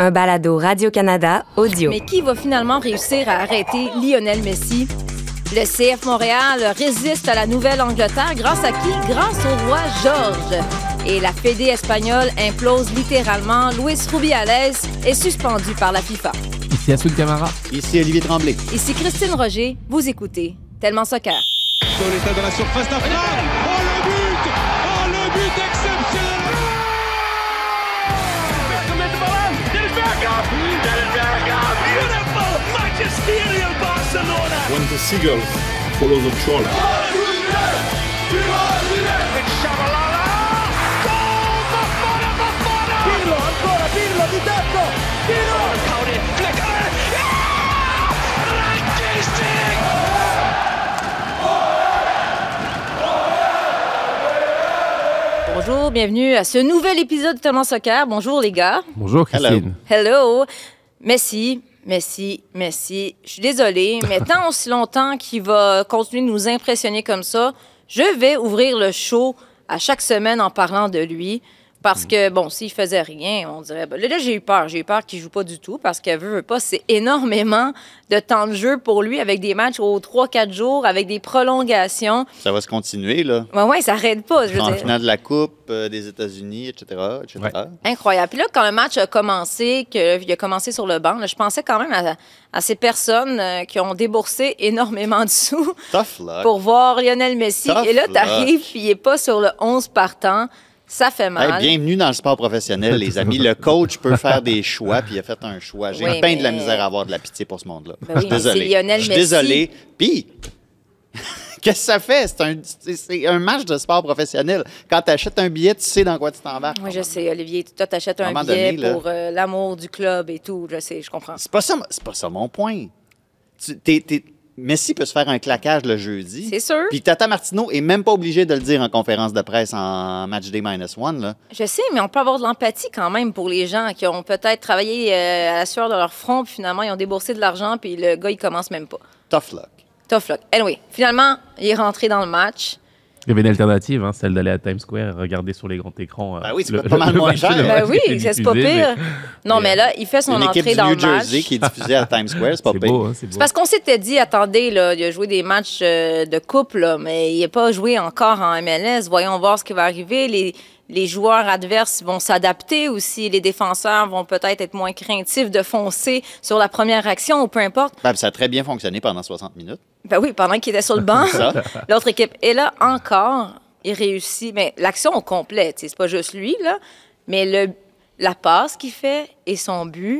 un balado Radio-Canada audio. Mais qui va finalement réussir à arrêter Lionel Messi? Le CF Montréal résiste à la Nouvelle-Angleterre grâce à qui? Grâce au roi George. Et la Fédé espagnole implose littéralement. Luis Rubiales est suspendu par la FIFA. Ici Assoud Camara. Ici Olivier Tremblay. Ici Christine Roger. Vous écoutez Tellement Soccer. Soleta dans la surface d'affaire. Oh le but! Oh le but exceptionnel! Beautiful! Magisterial Barcelona! When the seagull follows the trawler. It's Shabalala! Goal! Bafana! Pirlo, ancora Pirlo di tecco! Pirlo! Caudy, flickere! Rackistic! Bonjour, bienvenue à ce nouvel épisode de Tellement Soccer. Bonjour les gars. Bonjour Christine. Hello. Messi. Je suis désolée, mais tant aussi longtemps qu'il va continuer de nous impressionner comme ça, je vais ouvrir le show à chaque semaine en parlant de lui. Parce que, bon, s'il faisait rien, on dirait... Ben, là, j'ai eu peur. J'ai eu peur qu'il joue pas du tout parce qu'elle veut pas. C'est énormément de temps de jeu pour lui avec des matchs aux 3-4 jours, avec des prolongations. Ça va se continuer, là. Ouais, ça arrête pas. Je veux En dire. finale de la Coupe des États-Unis, etc. Ouais. Incroyable. Puis là, quand le match a commencé, qu'il a commencé sur le banc, là, je pensais quand même à ces personnes qui ont déboursé énormément de sous Tough luck. pour voir Lionel Messi. Tough Et là, luck. t'arrives, puis il est pas sur le 11 partant. Ça fait mal. Hey, bienvenue dans le sport professionnel, les amis. Le coach peut faire des choix, puis il a fait un choix. J'ai Oui, peint de la mais- misère à avoir de la pitié pour ce monde-là. Ben Je oui, suis mais désolé. c'est Lionel Je suis Messi. désolé. Puis, qu'est-ce que ça fait? C'est un match de sport professionnel. Quand tu achètes un billet, tu sais dans quoi tu t'embarques. Moi, je sais, Olivier. Toi, t'achètes À un un moment billet donné, là. pour l'amour du club et tout. Je sais, je comprends. C'est pas ça mon point. Messi peut se faire un claquage le jeudi. C'est sûr. Puis Tata Martino est même pas obligé de le dire en conférence de presse en match day -1. Là. Je sais, mais on peut avoir de l'empathie quand même pour les gens qui ont peut-être travaillé à la sueur de leur front, puis finalement, ils ont déboursé de l'argent, puis le gars, il commence même pas. Tough luck. Tough luck. Anyway, finalement, il est rentré dans le match. Il y avait une alternative, hein, celle d'aller à Times Square, regarder sur les grands écrans. Ben oui, c'est pas mal moins cher. Ben oui, c'est pas pire. Non, mais là, il fait son Une équipe entrée du dans le New Jersey match. qui est diffusée à Times Square, c'est pas C'est pire. beau, hein, c'est beau. C'est parce qu'on s'était dit, attendez, là, il a joué des matchs de coupe, là, mais il n'a pas joué encore en MLS. Voyons voir ce qui va arriver. Les joueurs adverses vont s'adapter aussi. Les défenseurs vont peut-être être moins craintifs de foncer sur la première action ou peu importe. Ben, ça a très bien fonctionné pendant 60 minutes. Ben oui, pendant qu'il était sur le banc, Ça. l'autre équipe. Et là, encore, il réussit. Mais l'action au complet, tu sais, c'est pas juste lui, là, mais la passe qu'il fait et son but.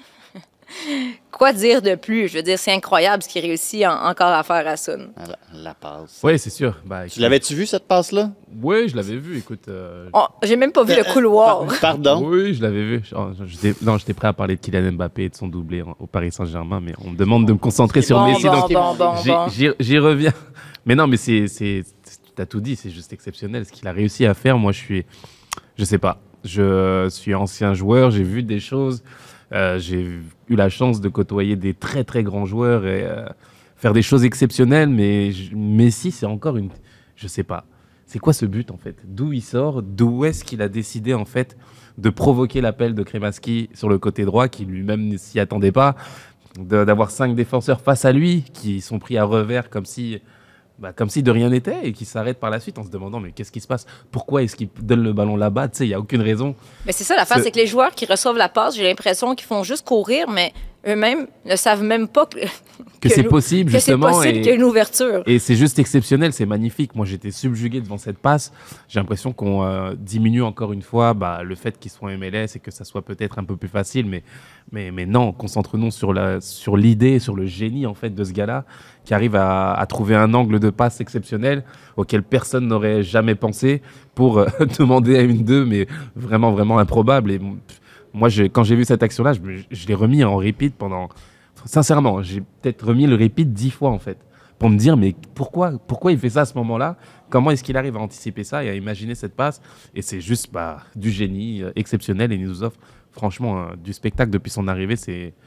Quoi dire de plus? Je veux dire, c'est incroyable ce qu'il réussit encore à faire à Sun. La passe. Oui, c'est sûr. Bah, Tu l'avais-tu vu, cette passe-là? Oui, je l'avais vu. Écoute. Oh, j'ai même pas vu le couloir. Pardon? Oui, je l'avais vu. J'étais prêt à parler de Kylian Mbappé et de son doublé au Paris Saint-Germain, mais on me demande de me concentrer sur Bon, Messi. bon, donc bon. j'y reviens. Mais non, mais t'as tout dit, c'est juste exceptionnel. Ce qu'il a réussi à faire, moi, je sais pas. Je suis ancien joueur, j'ai vu des choses. J'ai eu la chance de côtoyer des très très grands joueurs et faire des choses exceptionnelles, mais Messi, c'est encore je sais pas. C'est quoi ce but en fait? D'où il sort? D'où est-ce qu'il a décidé en fait de provoquer l'appel de Kremaski sur le côté droit, qui lui-même ne s'y attendait pas, d'avoir 5 défenseurs face à lui qui sont pris à revers comme si de rien n'était et qui s'arrêtent par la suite en se demandant mais qu'est-ce qui se passe? Pourquoi est-ce qu'il donne le ballon là-bas? Tu sais, il n'y a aucune raison. Mais c'est ça l'affaire, c'est que les joueurs qui reçoivent la passe, j'ai l'impression qu'ils font juste courir, mais eux-mêmes ne savent même pas Que c'est possible, justement. Que c'est possible qu'il y ait une ouverture. Et c'est juste exceptionnel, c'est magnifique. Moi, j'étais subjugué devant cette passe. J'ai l'impression qu'on diminue encore une fois le fait qu'ils soient en MLS et que ça soit peut-être un peu plus facile. Mais non, concentrons-nous sur l'idée, sur le génie en fait de ce gars-là qui arrive à trouver un angle de passe exceptionnel auquel personne n'aurait jamais pensé pour demander à une d'eux, mais vraiment, vraiment improbable. Et moi, quand j'ai vu cette action-là, je l'ai remis en repeat pendant... Sincèrement, j'ai peut-être remis le repeat 10 fois, en fait, pour me dire, mais pourquoi il fait ça à ce moment-là? Comment est-ce qu'il arrive à anticiper ça et à imaginer cette passe? Et c'est juste du génie exceptionnel et il nous offre, franchement, du spectacle depuis son arrivée.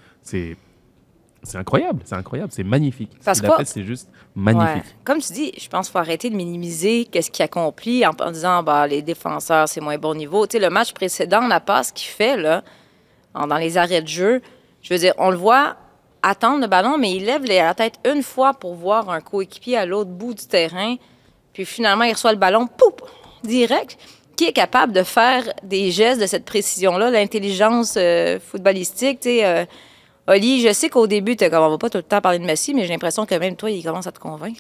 C'est incroyable, c'est magnifique. Parce Ce qu'il a fait, c'est juste magnifique. Ouais. Comme tu dis, je pense qu'il faut arrêter de minimiser qu'est-ce qu'il accomplit en disant les défenseurs, c'est moins bon niveau. Tu sais, le match précédent, la passe qu'il fait, là, dans les arrêts de jeu. Je veux dire, on le voit attendre le ballon, mais il lève la tête une fois pour voir un coéquipier à l'autre bout du terrain. Puis finalement, il reçoit le ballon, pouf, direct. Qui est capable de faire des gestes de cette précision-là, l'intelligence footballistique, tu sais... Oli, je sais qu'au début, on va pas tout le temps parler de Messi, mais j'ai l'impression que même toi, il commence à te convaincre.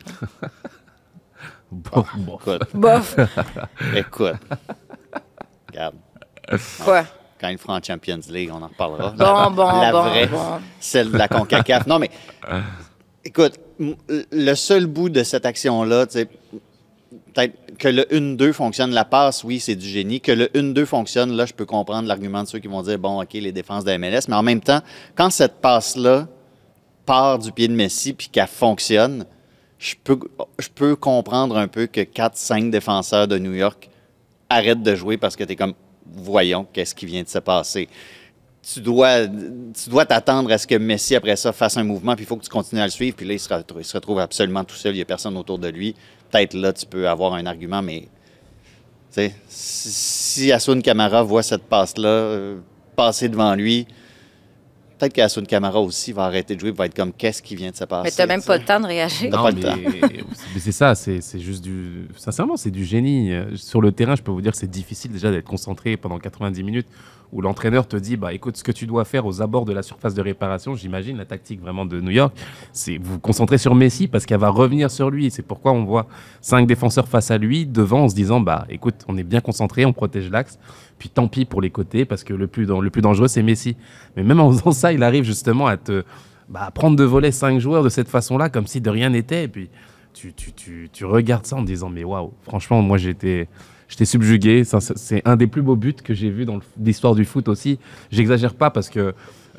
Bon. Bof. Écoute. Regarde. Quoi? Quand il fera en Champions League, on en reparlera. La vraie, celle de la CONCACAF. Non, mais écoute, le seul bout de cette action-là, tu sais, peut-être que le 1-2 fonctionne, la passe, oui, c'est du génie. Que le 1-2 fonctionne, là, je peux comprendre l'argument de ceux qui vont dire, bon, OK, les défenses de la MLS. Mais en même temps, quand cette passe-là part du pied de Messi puis qu'elle fonctionne, je peux comprendre un peu que 4-5 défenseurs de New York arrêtent de jouer parce que tu es comme, voyons, qu'est-ce qui vient de se passer. Tu dois t'attendre à ce que Messi, après ça, fasse un mouvement, puis il faut que tu continues à le suivre, puis là, il se retrouve absolument tout seul, il n'y a personne autour de lui. Peut-être là, tu peux avoir un argument, mais si Hassoun Camara voit cette passe-là passer devant lui, peut-être qu'Hassoun Camara aussi va arrêter de jouer, va être comme, qu'est-ce qui vient de se passer? Mais tu n'as même pas le temps de réagir. Non, mais c'est ça, c'est juste du... Sincèrement, c'est du génie. Sur le terrain, je peux vous dire que c'est difficile déjà d'être concentré pendant 90 minutes où l'entraîneur te dit, bah, écoute, ce que tu dois faire aux abords de la surface de réparation, j'imagine, la tactique vraiment de New York, c'est vous concentrer sur Messi parce qu'elle va revenir sur lui. C'est pourquoi on voit 5 défenseurs face à lui, devant, en se disant, bah, écoute, on est bien concentré, on protège l'axe, puis tant pis pour les côtés parce que le plus dangereux, c'est Messi. Mais même en faisant ça, il arrive justement à prendre de voler 5 joueurs de cette façon-là, comme si de rien n'était. Et puis, tu regardes ça en te disant, mais waouh, franchement, moi, j'étais subjugué. C'est un des plus beaux buts que j'ai vu dans l'histoire du foot aussi. J'exagère pas parce que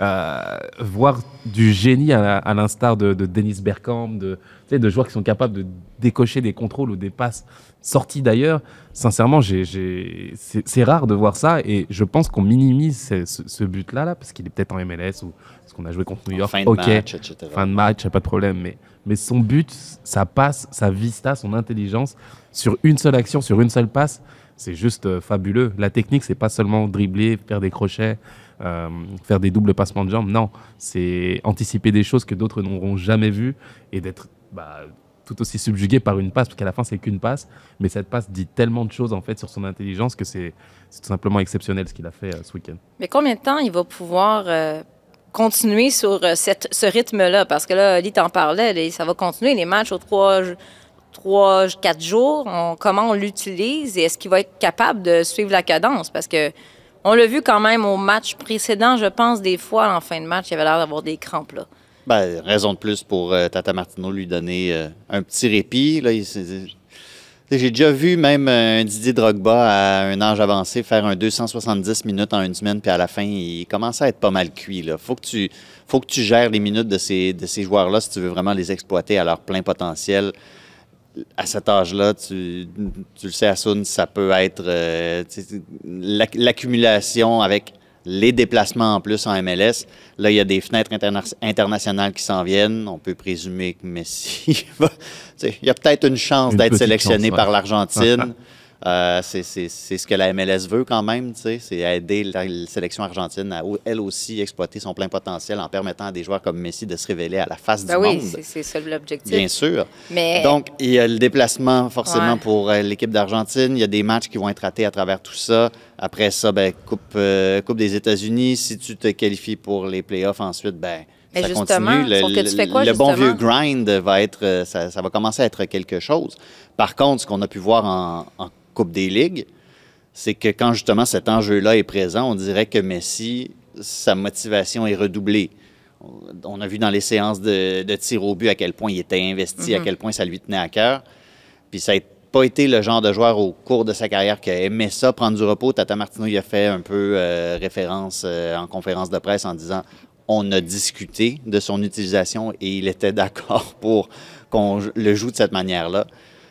voir du génie à l'instar de Dennis Bergkamp, de joueurs qui sont capables de décocher des contrôles ou des passes sorties d'ailleurs, sincèrement, c'est rare de voir ça et je pense qu'on minimise ce but-là parce qu'il est peut-être en MLS ou parce qu'on a joué contre New York. Fin de match, etc. Fin de match, pas de problème. Mais son but, sa passe, sa vista, son intelligence, sur une seule action, sur une seule passe, c'est juste fabuleux. La technique, c'est pas seulement dribbler, faire des crochets, faire des doubles passements de jambes. Non, c'est anticiper des choses que d'autres n'auront jamais vues et d'être tout aussi subjugué par une passe, parce qu'à la fin, c'est qu'une passe. Mais cette passe dit tellement de choses en fait sur son intelligence que c'est tout simplement exceptionnel ce qu'il a fait ce week-end. Mais combien de temps il va pouvoir continuer sur ce rythme-là? Parce que là, Oli t'en parlait, ça va continuer les matchs aux 3-4 jours. Comment on l'utilise et est-ce qu'il va être capable de suivre la cadence? Parce que on l'a vu quand même au match précédent, je pense, des fois, en fin de match, il avait l'air d'avoir des crampes, là. Ben, raison de plus pour Tata Martino lui donner un petit répit. Là, j'ai déjà vu même un Didier Drogba à un âge avancé faire un 270 minutes en une semaine, puis à la fin, il commençait à être pas mal cuit. Il faut que tu gères les minutes de ces joueurs-là si tu veux vraiment les exploiter à leur plein potentiel. À cet âge-là, tu le sais, Hassoun, ça peut être l'accumulation avec les déplacements en plus en MLS. Là, il y a des fenêtres internationales qui s'en viennent. On peut présumer que Messi il y a peut-être une chance d'être sélectionné par l'Argentine. C'est ce que la MLS veut quand même, c'est aider la sélection argentine à, elle aussi, exploiter son plein potentiel en permettant à des joueurs comme Messi de se révéler à la face du monde. Oui, c'est ça l'objectif. Bien sûr. Mais... Donc, il y a le déplacement forcément pour l'équipe d'Argentine. Il y a des matchs qui vont être ratés à travers tout ça. Après ça, coupe des États-Unis. Si tu te qualifies pour les playoffs ensuite, mais ça justement, continue. sauf que tu fais quoi, le bon justement? vieux grind va être... Ça va commencer à être quelque chose. Par contre, ce qu'on a pu voir en Coupe des Ligues, c'est que quand justement cet enjeu-là est présent, on dirait que Messi, sa motivation est redoublée. On a vu dans les séances de tir au but à quel point il était investi, à quel point ça lui tenait à cœur. Puis ça n'a pas été le genre de joueur au cours de sa carrière qui a aimé ça, prendre du repos. Tata Martino y a fait un peu référence en conférence de presse en disant on a discuté de son utilisation et il était d'accord pour qu'on le joue de cette manière-là.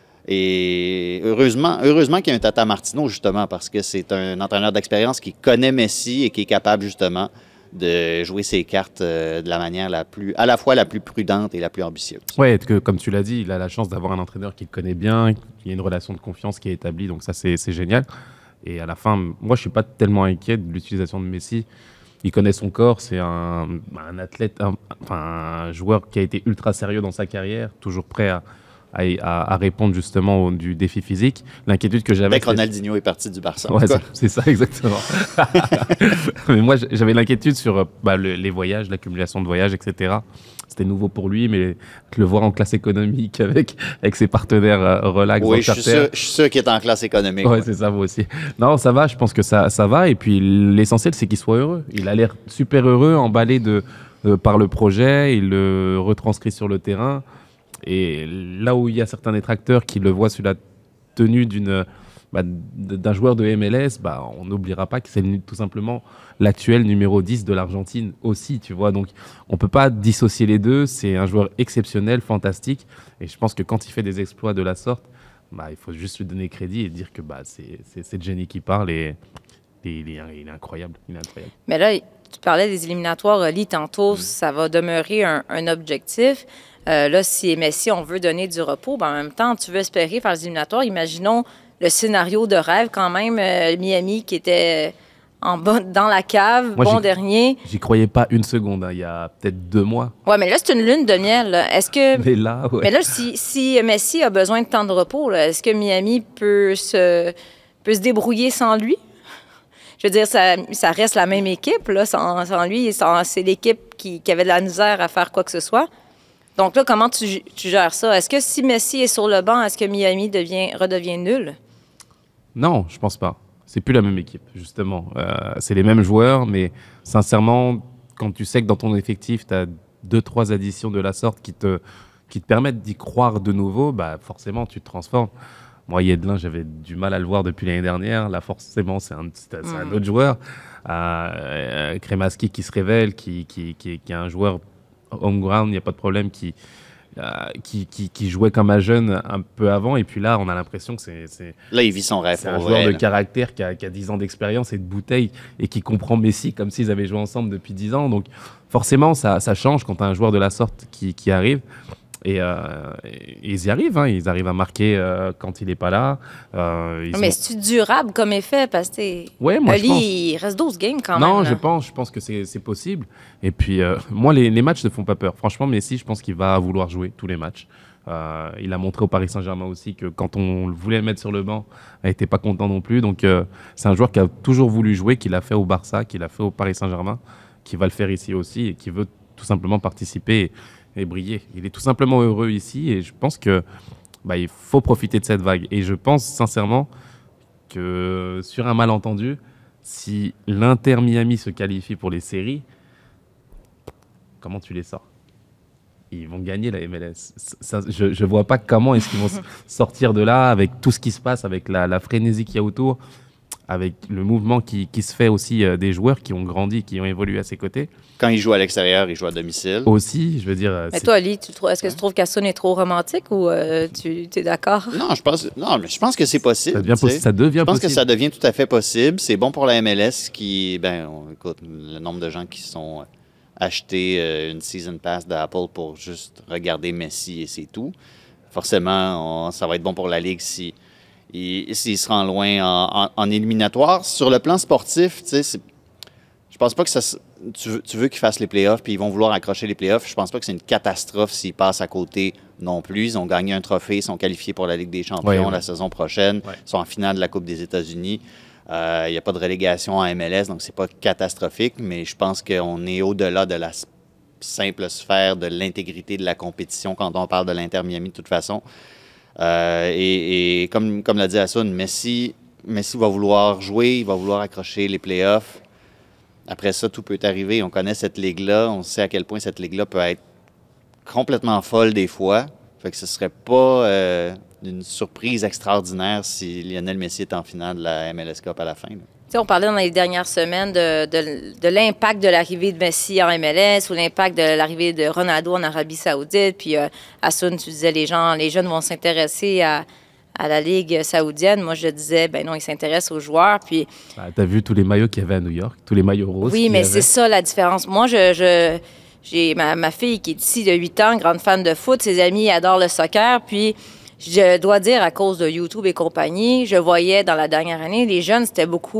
Et heureusement qu'il y a un Tata Martino, justement, parce que c'est un entraîneur d'expérience qui connaît Messi et qui est capable, justement, de jouer ses cartes de la manière à la fois la plus prudente et la plus ambitieuse. Oui, comme tu l'as dit, il a la chance d'avoir un entraîneur qui le connaît bien, qui a une relation de confiance qui est établie, donc ça, c'est génial. Et à la fin, moi, je ne suis pas tellement inquiet de l'utilisation de Messi. il connaît son corps, c'est un athlète, un joueur qui a été ultra sérieux dans sa carrière, toujours prêt à répondre justement du défi physique. L'inquiétude que j'avais... Dès que Ronaldinho est parti du Barça. Ouais, c'est ça, exactement. Mais moi, j'avais l'inquiétude sur les voyages, l'accumulation de voyages, etc. C'était nouveau pour lui, mais le voir en classe économique avec ses partenaires relax. Oui, je suis sûr qu'il est en classe économique. Ouais, c'est ça, moi aussi. Non, ça va, je pense que ça va. Et puis, l'essentiel, c'est qu'il soit heureux. Il a l'air super heureux, emballé par le projet. Il le retranscrit sur le terrain. Et là où il y a certains détracteurs qui le voient sur la tenue d'un joueur de MLS, on n'oubliera pas que c'est tout simplement l'actuel numéro 10 de l'Argentine aussi, tu vois. Donc, on ne peut pas dissocier les deux. C'est un joueur exceptionnel, fantastique. Et je pense que quand il fait des exploits de la sorte, il faut juste lui donner crédit et dire que c'est Jenny qui parle et il est incroyable. Il est incroyable. Mais là, tu parlais des éliminatoires, Oli, tantôt, ça va demeurer un objectif. Là, si Messi, on veut donner du repos, en même temps, tu veux espérer faire les éliminatoires. Imaginons le scénario de rêve quand même, Miami qui était en bas dans la cave, dernier. J'y croyais pas une seconde, il y a peut-être 2 mois. Ouais, mais là, c'est une lune de miel. Là. Est-ce que... Mais là, ouais. Mais là, si Messi a besoin de temps de repos, là, est-ce que Miami peut se débrouiller sans lui? Je veux dire, ça reste la même équipe, là, sans lui. C'est l'équipe qui avait de la misère à faire quoi que ce soit. Donc là, comment tu gères ça? Est-ce que si Messi est sur le banc, est-ce que Miami redevient nul? Non, je pense pas. C'est plus la même équipe, justement. C'est les mêmes joueurs, mais sincèrement, quand tu sais que dans ton effectif, tu as 2-3 additions de la sorte qui te permettent d'y croire de nouveau, forcément, tu te transformes. Moi, Yedlin, j'avais du mal à le voir depuis l'année dernière. Là, forcément, c'est un autre joueur. Kremaski qui se révèle, qui est un joueur home ground, il n'y a pas de problème, qui jouait comme un jeune un peu avant. Et puis là, on a l'impression que c'est là, il vit son rêve. C'est un joueur de caractère qui a 10 ans d'expérience et de bouteille et qui comprend Messi comme s'ils avaient joué ensemble depuis 10 ans. Donc, forcément, ça change quand tu as un joueur de la sorte qui arrive. Et ils y arrivent, ils arrivent à marquer quand il n'est pas là. Mais c'est durable comme effet parce que il reste 12 games quand même. Non, je pense que c'est possible. Et puis, moi, les matchs ne font pas peur. Franchement, Messi, je pense qu'il va vouloir jouer tous les matchs. Il a montré au Paris Saint-Germain aussi que quand on voulait le mettre sur le banc, il n'était pas content non plus. Donc, c'est un joueur qui a toujours voulu jouer, qui l'a fait au Barça, qui l'a fait au Paris Saint-Germain, qui va le faire ici aussi et qui veut tout simplement participer et briller. Il est tout simplement heureux ici et je pense que il faut profiter de cette vague. Et je pense sincèrement que sur un malentendu, si l'Inter Miami se qualifie pour les séries, comment tu les sors? Ils vont gagner la MLS. Je vois pas comment est-ce qu'ils vont sortir de là avec tout ce qui se passe, avec la frénésie qu'il y a autour, avec le mouvement qui se fait aussi des joueurs qui ont grandi, qui ont évolué à ses côtés. Quand il joue à l'extérieur, il joue à domicile. Aussi, je veux dire... Mais toi, Ali, est-ce que tu trouves qu'Assun est trop romantique ou tu es d'accord? Non, je pense que c'est possible. Ça devient Je pense possible. que ça devient tout à fait possible. C'est bon pour la MLS qui... écoute, le nombre de gens qui sont achetés une season pass d'Apple pour juste regarder Messi et c'est tout. Forcément, ça va être bon pour la Ligue s'il se rend loin en éliminatoire. Sur le plan sportif, tu sais, je pense pas que ça... Tu veux qu'ils fassent les playoffs, puis ils vont vouloir accrocher les playoffs. Je pense pas que c'est une catastrophe s'ils passent à côté non plus. Ils ont gagné un trophée, ils sont qualifiés pour la Ligue des Champions la saison prochaine. Ils sont en finale de la Coupe des États-Unis. Il n'y a pas de relégation en MLS, donc c'est pas catastrophique, mais je pense qu'on est au-delà de la simple sphère de l'intégrité de la compétition quand on parle de l'Inter Miami de toute façon. Et comme l'a dit Hassoun, Messi va vouloir jouer, il va vouloir accrocher les playoffs. Après ça, tout peut arriver. On connaît cette ligue-là. On sait à quel point cette ligue-là peut être complètement folle des fois. Fait que ce serait pas une surprise extraordinaire si Lionel Messi est en finale de la MLS Cup à la fin. On parlait dans les dernières semaines de l'impact de l'arrivée de Messi en MLS ou l'impact de l'arrivée de Ronaldo en Arabie Saoudite. Puis, Hassoun, tu disais les jeunes vont s'intéresser à la Ligue saoudienne. Moi, je disais, non, ils s'intéressent aux joueurs. Puis... tu as vu tous les maillots qu'il y avait à New York, tous les maillots roses? Oui, mais c'est ça la différence. Moi, j'ai ma fille qui est ici de 8 ans, grande fan de foot. Ses amis adorent le soccer. Puis, je dois dire, à cause de YouTube et compagnie, je voyais dans la dernière année, les jeunes, c'était beaucoup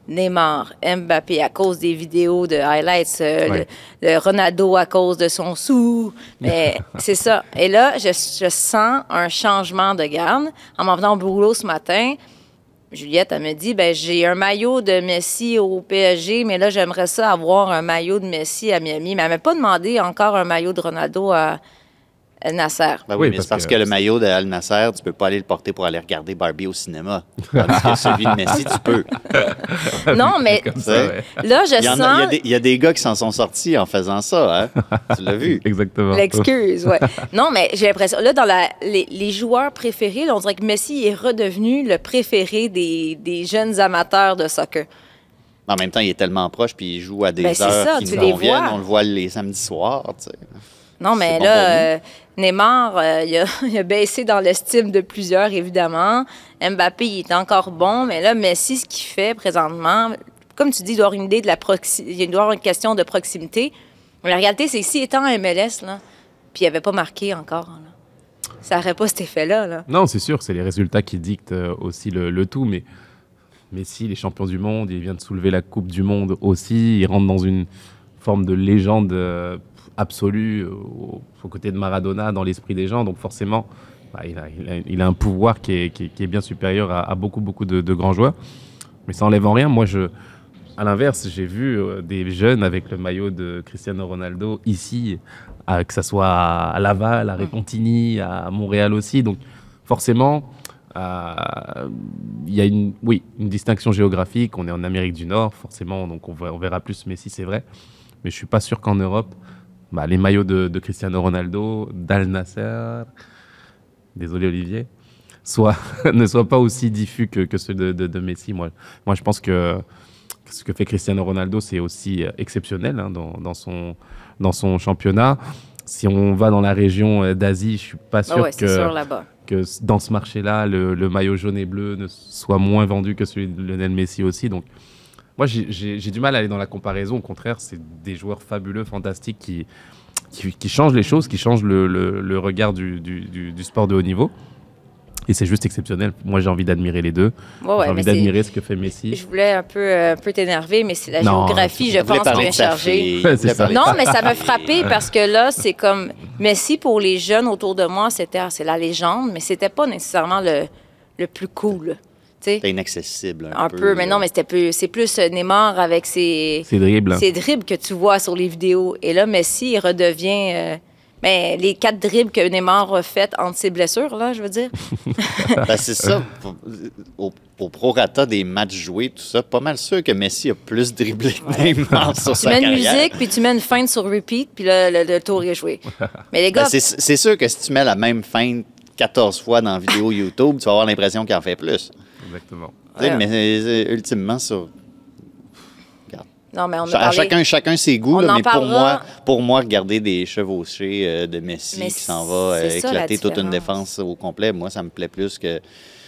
Neymar, Mbappé à cause des vidéos de highlights, le Ronaldo à cause de son sou. Mais c'est ça. Et là, je sens un changement de garde. En m'en venant au boulot ce matin, Juliette, elle me dit, j'ai un maillot de Messi au PSG, mais là, j'aimerais ça avoir un maillot de Messi à Miami. Mais elle m'a pas demandé encore un maillot de Ronaldo à Al Nasser. Ben oui, mais c'est parce que le maillot de Al Nasser, tu peux pas aller le porter pour aller regarder Barbie au cinéma. Tandis que celui de Messi, tu peux. Non, mais là, je sens... Il y a des gars qui s'en sont sortis en faisant ça, hein? Tu l'as vu? Exactement. L'excuse, oui. Non, mais j'ai l'impression... Là, dans les joueurs préférés, là, on dirait que Messi est redevenu le préféré des jeunes amateurs de soccer. En même temps, il est tellement proche, puis il joue à des heures ça, qui tu nous les conviennent. vois. On le voit les samedis soirs, tu sais. Non, mais bon là, Neymar, il a baissé dans l'estime de plusieurs, évidemment. Mbappé, il est encore bon, mais là, Messi, ce qu'il fait présentement, comme tu dis, il doit avoir une idée de il doit avoir une question de proximité. Mais la réalité, c'est que s'il était en MLS, là, puis il n'avait pas marqué encore, là, ça n'aurait pas cet effet-là. Là. Non, c'est sûr, c'est les résultats qui dictent aussi le tout, mais Messi, les champions du monde, il vient de soulever la Coupe du Monde aussi, il rentre dans une forme de légende absolue aux côtés de Maradona dans l'esprit des gens, donc forcément il a un pouvoir qui est bien supérieur à beaucoup de grands joueurs, mais ça enlève en rien. Moi, à l'inverse, j'ai vu des jeunes avec le maillot de Cristiano Ronaldo ici, que ça soit à Laval, à Repentigny, à Montréal aussi, donc forcément il y a une distinction géographique. On est en Amérique du Nord, forcément, donc on verra plus Messi, c'est vrai, mais je suis pas sûr qu'en Europe, les maillots de Cristiano Ronaldo, d'Al Nasser, désolé Olivier, ne soient pas aussi diffus que ceux de Messi. Moi, je pense que ce que fait Cristiano Ronaldo, c'est aussi exceptionnel dans son championnat. Si on va dans la région d'Asie, je suis pas sûr que dans ce marché-là, le maillot jaune et bleu ne soit moins vendu que celui de Lionel Messi aussi. Donc, moi, j'ai du mal à aller dans la comparaison. Au contraire, c'est des joueurs fabuleux, fantastiques, qui changent les choses, qui changent le regard du sport de haut niveau. Et c'est juste exceptionnel. Moi, j'ai envie d'admirer les deux. J'ai envie d'admirer ce que fait Messi. Je voulais un peu t'énerver, mais c'est la géographie, je pense, bien chargée. Non, mais ça m'a frappé parce que là, c'est comme Messi, pour les jeunes autour de moi, c'est la légende, mais c'était pas nécessairement le plus cool. C'était inaccessible. Un peu, mais non, mais c'est plus Neymar avec ses dribbles que tu vois sur les vidéos. Et là, Messi, il redevient... mais les 4 dribbles que Neymar a fait entre ses blessures, là, je veux dire. C'est ça. Au prorata des matchs joués, tout ça, pas mal sûr que Messi a plus dribblé que Neymar sur sa carrière. Tu mets une musique, puis tu mets une feinte sur repeat, puis là, le tour est joué. Mais les gars... c'est sûr que si tu mets la même feinte 14 fois dans la vidéo YouTube, tu vas avoir l'impression qu'il en fait plus. Exactement. Mais ultimement, sur... Non, mais on a chacun ses goûts, là, mais pour moi, regarder des chevauchés de Messi qui s'en va éclater toute une défense au complet, moi, ça me plaît plus qu'un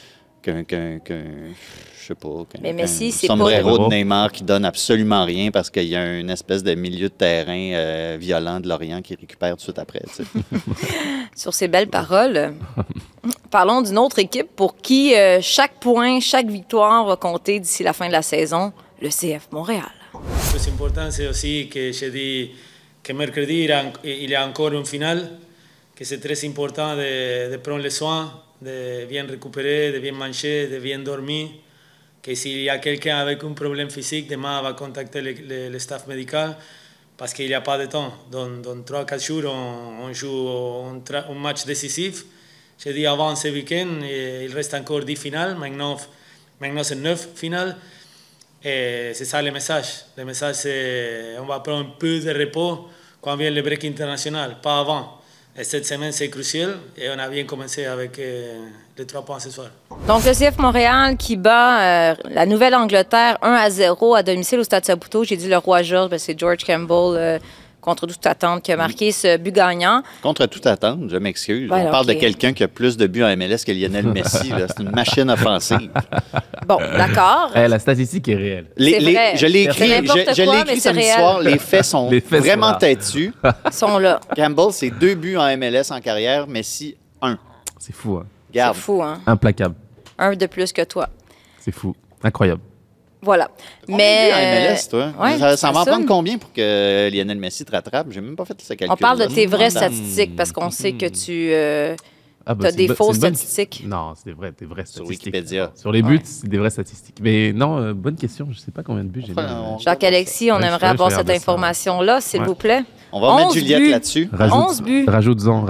je sais pas, sombrero de Neymar qui donne absolument rien parce qu'il y a une espèce de milieu de terrain violent de Lorient qui récupère tout de suite après. Sur ces belles paroles, parlons d'une autre équipe pour qui chaque point, chaque victoire va compter d'ici la fin de la saison, le CF Montréal. Le plus important, c'est aussi que je dis que mercredi, il y a encore une finale, que c'est très important de prendre les soins, de bien récupérer, de bien manger, de bien dormir. Que s'il y a quelqu'un avec un problème physique, demain, on va contacter le staff médical parce qu'il n'y a pas de temps. Dans 3-4 jours, on joue un match décisif. Je dis avant ce week-end, il reste encore 10 finales. Maintenant c'est 9 finales. Et c'est ça le message. Le message, c'est qu'on va prendre un peu de repos quand vient le break international, pas avant. Et cette semaine, c'est crucial et on a bien commencé avec les 3 points ce soir. Donc, le CF Montréal qui bat la Nouvelle-Angleterre 1-0 à domicile au Stade Saputo. J'ai dit le roi George, c'est George Campbell contre toute attente qui a marqué ce but gagnant. Contre toute attente, je m'excuse. On parle de quelqu'un qui a plus de buts en MLS que Lionel Messi. C'est une machine offensive. Bon, d'accord. La statistique est réelle. Je l'ai écrit samedi soir. Les faits sont vraiment têtus. Ils sont là. Campbell, c'est 2 buts en MLS en carrière. Messi, 1. C'est fou, hein? Garde. C'est fou, hein? Implacable. 1 de plus que toi. C'est fou. Incroyable. Voilà. Mais en MLS, toi? Ouais, ça va en prendre combien pour que Lionel Messi te rattrape? J'ai même pas fait ce calcul. On parle de tes vraies statistiques parce qu'on sait que tu as des fausses statistiques. Non, c'est des vraies statistiques. Sur Wikipédia. Sur les buts, c'est des vraies statistiques. Mais non, bonne question. Je sais pas combien de buts j'ai mis. Jacques-Alexis, on aimerait avoir cette information-là, s'il vous plaît. On va mettre Juliette là-dessus. 11 buts. Rajoute-en.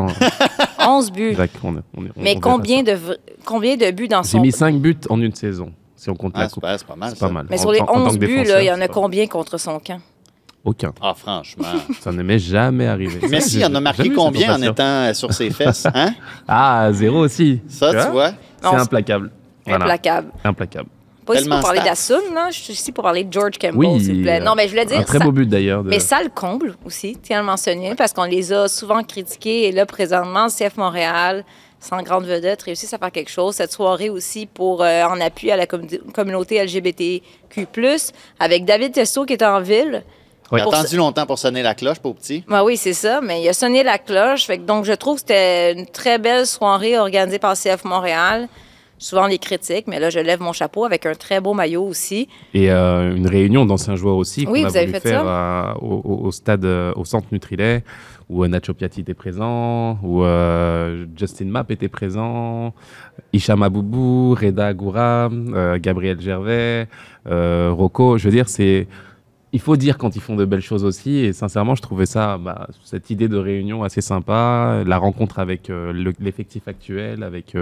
11 buts. Jacques, Mais combien de buts dans son... J'ai mis 5 buts en une saison, si on compte la coupe. C'est pas mal. C'est pas mal. Mais sur les 11 buts, il y en a combien contre son camp? Aucun. Ah, franchement. Ça ne m'est jamais arrivé. Messi, il en a marqué combien en étant sur ses fesses? Hein? Ah, 0 aussi. Ça, tu vois? C'est implacable. Voilà. Implacable. Pas ici pour parler d'Assun, là. Je suis ici pour parler de George Campbell, oui, s'il vous plaît. Non, mais je voulais dire... Un très beau but, d'ailleurs. Mais ça le comble aussi, tiens à le mentionner, parce qu'on les a souvent critiqués. Et là, présentement, le CF Montréal, sans grande vedette, réussissent à faire quelque chose. Cette soirée aussi, en appui à la communauté LGBTQ+, avec David Testo qui est en ville. Il a attendu longtemps pour sonner la cloche, pauvre petit. Ben oui, c'est ça, mais il a sonné la cloche. Donc, je trouve que c'était une très belle soirée organisée par le CF Montréal. Souvent les critiques, mais là, je lève mon chapeau avec un très beau maillot aussi. Et une réunion d'anciens joueurs aussi oui, qu'on a vous avez voulu fait faire ça? Au stade, au centre Nutrilet, où Nacho Piatti était présent, où Justin Mapp était présent, Hicham Aboubou, Reda Gouram, Gabriel Gervais, Rocco. Je veux dire, il faut dire quand ils font de belles choses aussi. Et sincèrement, je trouvais ça, cette idée de réunion assez sympa. La rencontre avec l'effectif actuel, avec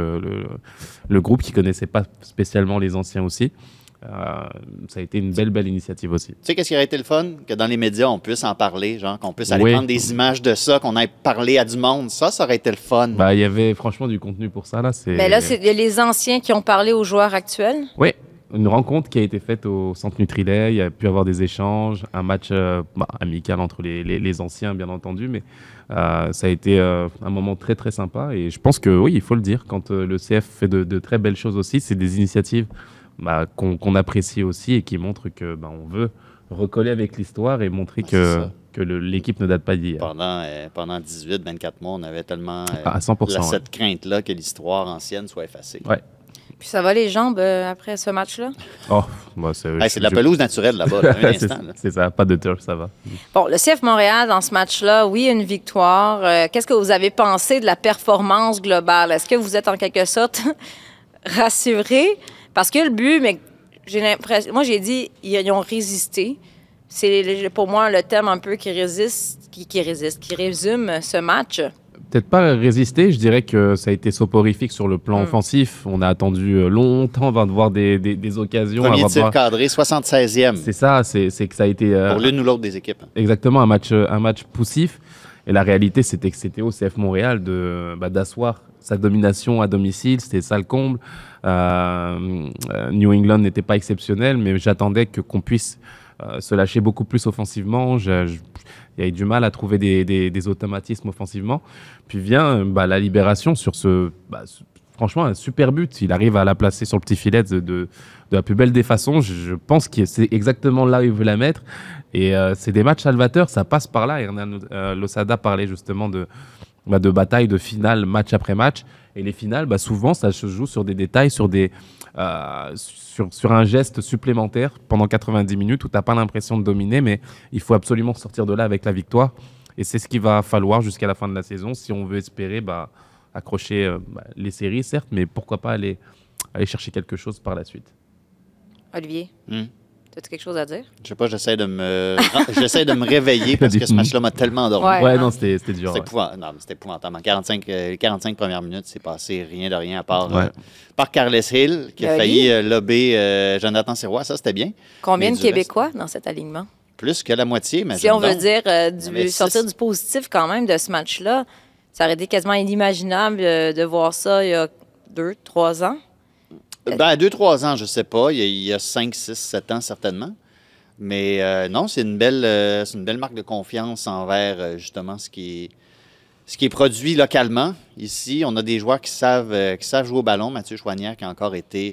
le groupe qui ne connaissait pas spécialement les anciens aussi. Ça a été une belle initiative aussi. Tu sais, qu'est-ce qui aurait été le fun? Que dans les médias, on puisse en parler, genre qu'on puisse aller prendre des images de ça, qu'on aille parler à du monde. Ça aurait été le fun. Il y avait franchement du contenu pour ça. Mais là, c'est les anciens qui ont parlé aux joueurs actuels? Oui. Une rencontre qui a été faite au centre Nutrilet. Il y a pu avoir des échanges, un match amical entre les anciens, bien entendu, mais ça a été un moment très, très sympa. Et je pense que oui, il faut le dire, quand le CF fait de très belles choses aussi, c'est des initiatives qu'on apprécie aussi et qui montrent que on veut recoller avec l'histoire et montrer que l'équipe ne date pas d'hier. Pendant 18-24 mois, on avait tellement à 100%, cette crainte-là que l'histoire ancienne soit effacée. Ouais. Puis ça va les jambes après ce match-là? Oh, c'est de la pelouse naturelle là-bas, là, un instant. C'est ça, pas de turf, ça va. Bon, le CF Montréal, dans ce match-là, oui, une victoire. Qu'est-ce que vous avez pensé de la performance globale? Est-ce que vous êtes en quelque sorte rassuré? Parce que le but, mais j'ai l'impression... Moi, j'ai dit, ils ont résisté. C'est pour moi le thème un peu qui résume ce match. Peut-être pas résister, je dirais que ça a été soporifique sur le plan offensif. On a attendu longtemps avant de voir des occasions. Premier tir cadré, 76e. C'est ça, c'est que ça a été... pour l'une ou l'autre des équipes. Exactement, un match poussif. Et la réalité, c'était que c'était au CF Montréal d'asseoir sa domination à domicile. C'était ça le comble. New England n'était pas exceptionnel, mais j'attendais qu'on puisse se lâcher beaucoup plus offensivement. Il y a eu du mal à trouver des automatismes offensivement. Puis vient la libération sur franchement, un super but. Il arrive à la placer sur le petit filet de la plus belle des façons. Je pense que c'est exactement là où il veut la mettre. Et c'est des matchs salvateurs, ça passe par là. Hernan Losada parlait justement de bataille, de finale, match après match. Et les finales, souvent, ça se joue sur des détails, sur un geste supplémentaire pendant 90 minutes où tu n'as pas l'impression de dominer, mais il faut absolument sortir de là avec la victoire. Et c'est ce qu'il va falloir jusqu'à la fin de la saison si on veut espérer accrocher les séries, certes, mais pourquoi pas aller chercher quelque chose par la suite. Olivier, as-tu quelque chose à dire? Je sais pas, j'essaie de me réveiller parce que ce match-là m'a tellement endormi. Ouais, non, c'était dur. C'était épouvantable. 45 premières minutes, c'est passé rien de rien à part Carles Hill qui a failli lober Jonathan Sirois. Ça, c'était bien. Combien de Québécois dans cet alignement? Plus que la moitié, mais si on veut dire sortir du positif quand même de ce match-là, ça aurait été quasiment inimaginable de voir ça il y a 2-3 ans. 2-3 ans, je ne sais pas. Il y a 5, 6, 7 ans, certainement. Mais non, c'est une belle marque de confiance envers, justement, ce qui est produit localement. Ici, on a des joueurs qui savent jouer au ballon. Mathieu Choinière qui a encore été...